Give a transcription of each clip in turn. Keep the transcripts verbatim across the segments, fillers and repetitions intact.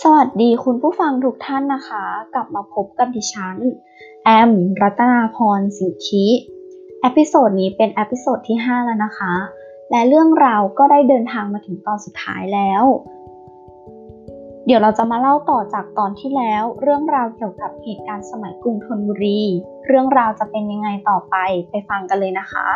สวัสดีคุณผู้ฟังทุกท่านนะคะกลับมาพบกับดิฉันแอมรัตนาพรสิทธิเอพิโซดนี้เป็นเอพิโซดที่ห้าแล้วนะคะและเรื่องราวก็ได้เดินทางมาถึงตอนสุดท้ายแล้วเดี๋ยวเราจะมาเล่าต่อจากตอนที่แล้วเรื่องราวเกี่ยวกับเหตุการณ์สมัยกรุงธนบุรีเรื่องราวจะเป็นยังไงต่อไปไปฟังกันเลยนะคะ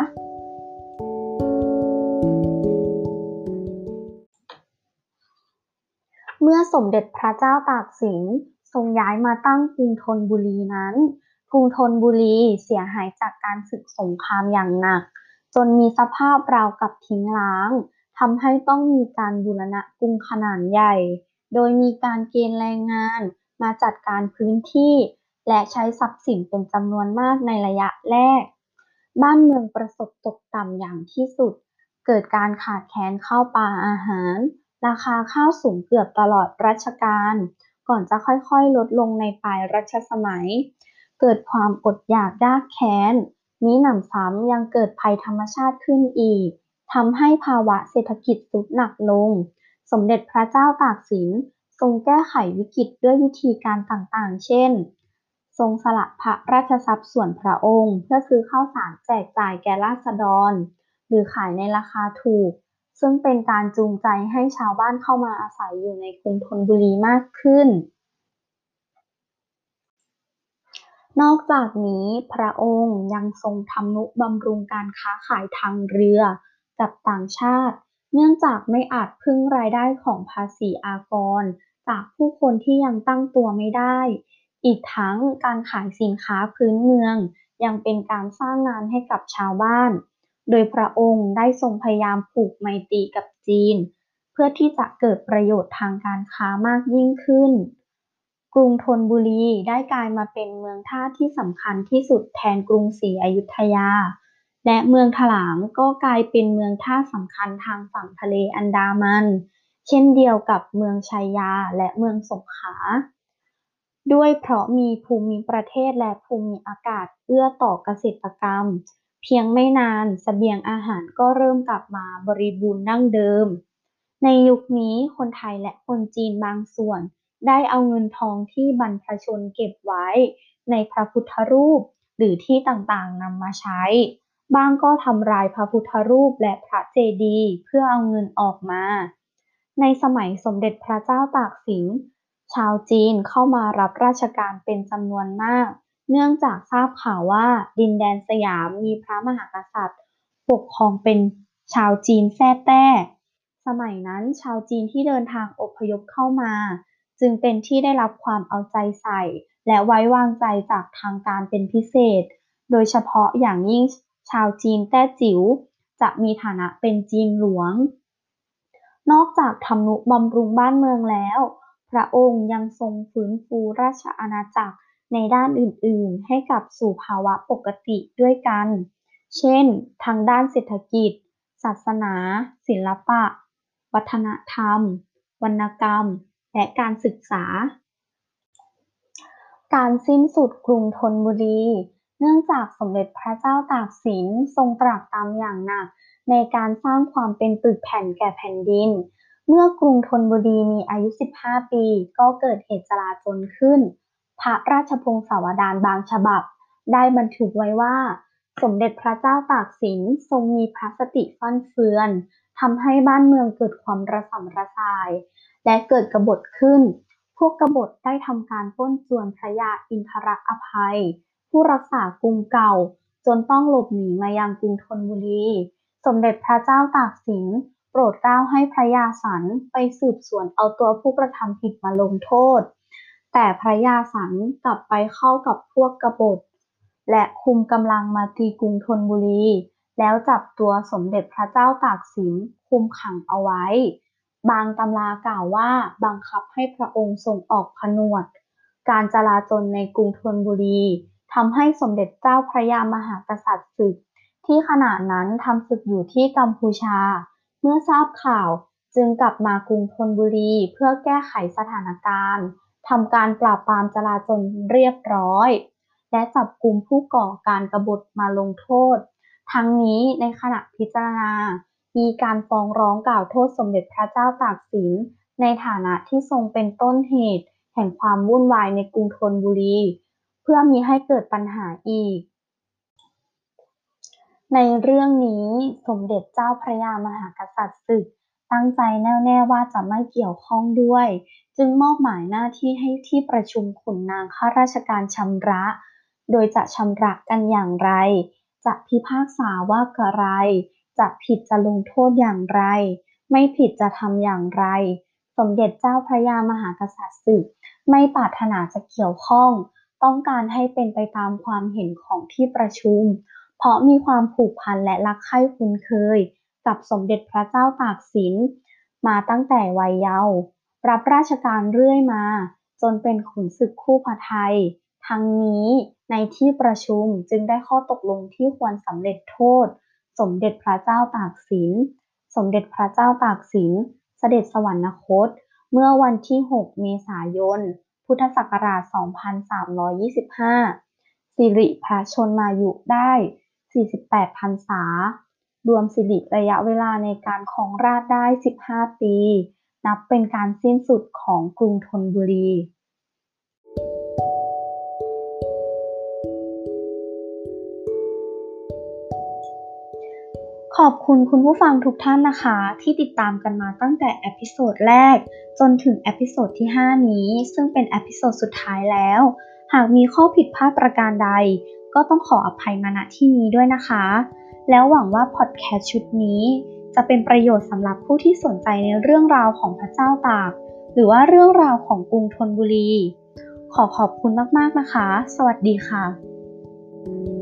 เมื่อสมเด็จพระเจ้าตากสินทรงย้ายมาตั้งกรุงธนบุรีนั้นกรุงธนบุรีเสียหายจากการศึกสงครามอย่างหนักจนมีสภาพราวกับทิ้งร้างทำให้ต้องมีการบูรณะกรุงขนาดใหญ่โดยมีการเกณฑ์แรงงานมาจัดการพื้นที่และใช้ทรัพย์สินเป็นจำนวนมากในระยะแรกบ้านเมืองประสบตกต่ำอย่างที่สุดเกิดการขาดแคลนข้าวปลาอาหารราคาข้าวสูงเกือบตลอดรัชกาลก่อนจะค่อยๆลดลงในปลายรัชสมัยเกิดความอดอยากยากแค้นมิหนำซ้ำยังเกิดภัยธรรมชาติขึ้นอีกทำให้ภาวะเศรษฐกิจทรุดหนักลงสมเด็จพระเจ้าตากสินทรงแก้ไขวิกฤตด้วยวิธีการต่างๆเช่นทรงสละพระราชทรัพย์ส่วนพระองค์เพื่อซื้อข้าวสารแจกจ่ายแก่ราษฎรหรือขายในราคาถูกซึ่งเป็นการจูงใจให้ชาวบ้านเข้ามาอาศัยอยู่ในกรุงธนบุรีมากขึ้นนอกจากนี้พระองค์ยังทรงทำนุบำรุงการค้าขายทางเรือกับต่างชาติเนื่องจากไม่อาจพึ่งรายได้ของภาษีอากรจากผู้คนที่ยังตั้งตัวไม่ได้อีกทั้งการขายสินค้าพื้นเมืองยังเป็นการสร้างงานให้กับชาวบ้านโดยพระองค์ได้ทรงพยายามผูกไมตรีกับจีนเพื่อที่จะเกิดประโยชน์ทางการค้ามากยิ่งขึ้นกรุงธนบุรีได้กลายมาเป็นเมืองท่าที่สำคัญที่สุดแทนกรุงศรีอยุธยาและเมืองถลางก็กลายเป็นเมืองท่าสำคัญทางฝั่งทะเลอันดามันเช่นเดียวกับเมืองชัยยาและเมืองสงขลาด้วยเพราะมีภูมิประเทศและภูมิอากาศเอื้อต่อเกษตรกรรมเพียงไม่นานเสบียงอาหารก็เริ่มกลับมาบริบูรณ์ดั้งเดิมในยุคนี้คนไทยและคนจีนบางส่วนได้เอาเงินทองที่บรรพชนเก็บไว้ในพระพุทธรูปหรือที่ต่างๆนำมาใช้บ้างก็ทำลายพระพุทธรูปและพระเจดีย์เพื่อเอาเงินออกมาในสมัยสมเด็จพระเจ้าตากสินชาวจีนเข้ามารับราชการเป็นจำนวนมากเนื่องจากทราบข่าวว่าดินแดนสยามมีพระมหากษัตริย์ปกครองเป็นชาวจีนแท้แต้สมัยนั้นชาวจีนที่เดินทางอพยพเข้ามาจึงเป็นที่ได้รับความเอาใจใส่และไว้วางใจจากทางการเป็นพิเศษโดยเฉพาะอย่างยิ่งชาวจีนแต้จิ๋วจะมีฐานะเป็นจีนหลวงนอกจากทำนุบำรุงบ้านเมืองแล้วพระองค์ยังทรงฟื้นฟูราชอาณาจักรในด้านอื่นๆให้กลับสู่ภาวะปกติด้วยกัน เช่น ทางด้านเศรษฐกิจ ศาสนา ศิลปะ วัฒนธรรม วรรณกรรม และการศึกษา การสิ้นสุดกรุงธนบุรี เนื่องจากสมเด็จพระเจ้าตากสินทรงตรากตรำอย่างหนักในการสร้างความเป็นปึกแผ่นแก่แผ่นดิน เมื่อกรุงธนบุรีมีอายุ สิบห้า ปีก็เกิดเหตุจลาจลขึ้น พระราชพงศาวดารบางฉบับได้บันทึกไว้ว่า สมเด็จพระเจ้าตากสินทรงมีพระสติฟั่นเฟือนทำให้บ้านเมืองเกิดความระสำระสายและเกิดกบฏขึ้น พวกกบฏได้ทำการปล้นจวนพระยาอินทรอภัยผู้รักษากรุงเก่าจนต้องหลบหนีมายังกรุงธนบุรีสมเด็จพระเจ้าตากสินโปรดเกล้าให้พระยาสันไปสืบสวนเอาตัวผู้กระทำผิดมาลงโทษแต่พระยาสันกลับไปเข้ากับพวกกบฏและคุมกำลังมาตีกรุงธนบุรีแล้วจับตัวสมเด็จพระเจ้าตากสินคุมขังเอาไว้บางตำรากล่าวว่าบังคับให้พระองค์ทรงออกผนวดการจลาจลในกรุงธนบุรีทำให้สมเด็จเจ้าพระยามหากษัตริย์ศึกที่ขณะนั้นทำศึกอยู่ที่กัมพูชาเมื่อทราบข่าวจึงกลับมากรุงธนบุรีเพื่อแก้ไขสถานการณ์ทำการปราบปรามจลาจลเรียบร้อยและจับกุมผู้ก่อการกบฏมาลงโทษทั้งนี้ในขณะพิจารณามีการฟ้องร้องกล่าวโทษสมเด็จพระเจ้าตากสินในฐานะที่ทรงเป็นต้นเหตุแห่งความวุ่นวายในกรุงธนบุรีเพื่อมิให้เกิดปัญหาอีกในเรื่องนี้สมเด็จเจ้าพระยามหากษัตริย์สึกตั้งใจแน่วแน่ว่าจะไม่เกี่ยวข้องด้วยจึงมอบหมายหน้าที่ให้ที่ประชุมขุนนางข้าราชการชำระโดยจะชำระกันอย่างไรจะพิพากษาว่าอะไรจะผิดจะลงโทษอย่างไรไม่ผิดจะทำอย่างไรสมเด็จเจ้าพระยามหากษัตริย์สึกไม่ปรารถนาจะเกี่ยวข้องต้องการให้เป็นไปตามความเห็นของที่ประชุมเพราะมีความผูกพันและรักใคร่คุ้นเคยกับสมเด็จพระเจ้าตากสินมาตั้งแต่วัยเยาว์รับราชการเรื่อยมาจนเป็นขุนศึกคู่พระไทยทั้งนี้ในที่ประชุมจึงได้ข้อตกลงที่ควรสำเร็จโทษสมเด็จพระเจ้าตากสินสมเด็จพระเจ้าตากสินเสด็จสวรรคตเมื่อวันที่หกเมษายนพุทธศักราชสองพันสามร้อยยี่สิบห้าสิริพระชนมายุได้สี่สิบแปดพรรษารวมสิริระยะเวลาในการครองราชย์ได้สิบห้าปีนับเป็นการสิ้นสุดของกรุงธนบุรีขอบคุณคุณผู้ฟังทุกท่านนะคะที่ติดตามกันมาตั้งแต่เอพิโซดแรกจนถึงเอพิโซดที่ห้านี้ซึ่งเป็นเอพิโซดสุดท้ายแล้วหากมีข้อผิดพลาดประการใดก็ต้องขออภัยมาณที่นี้ด้วยนะคะแล้วหวังว่าพอดแคสต์ชุดนี้จะเป็นประโยชน์สำหรับผู้ที่สนใจในเรื่องราวของพระเจ้าตากหรือว่าเรื่องราวของกรุงธนบุรีขอขอบคุณมากๆนะคะสวัสดีค่ะ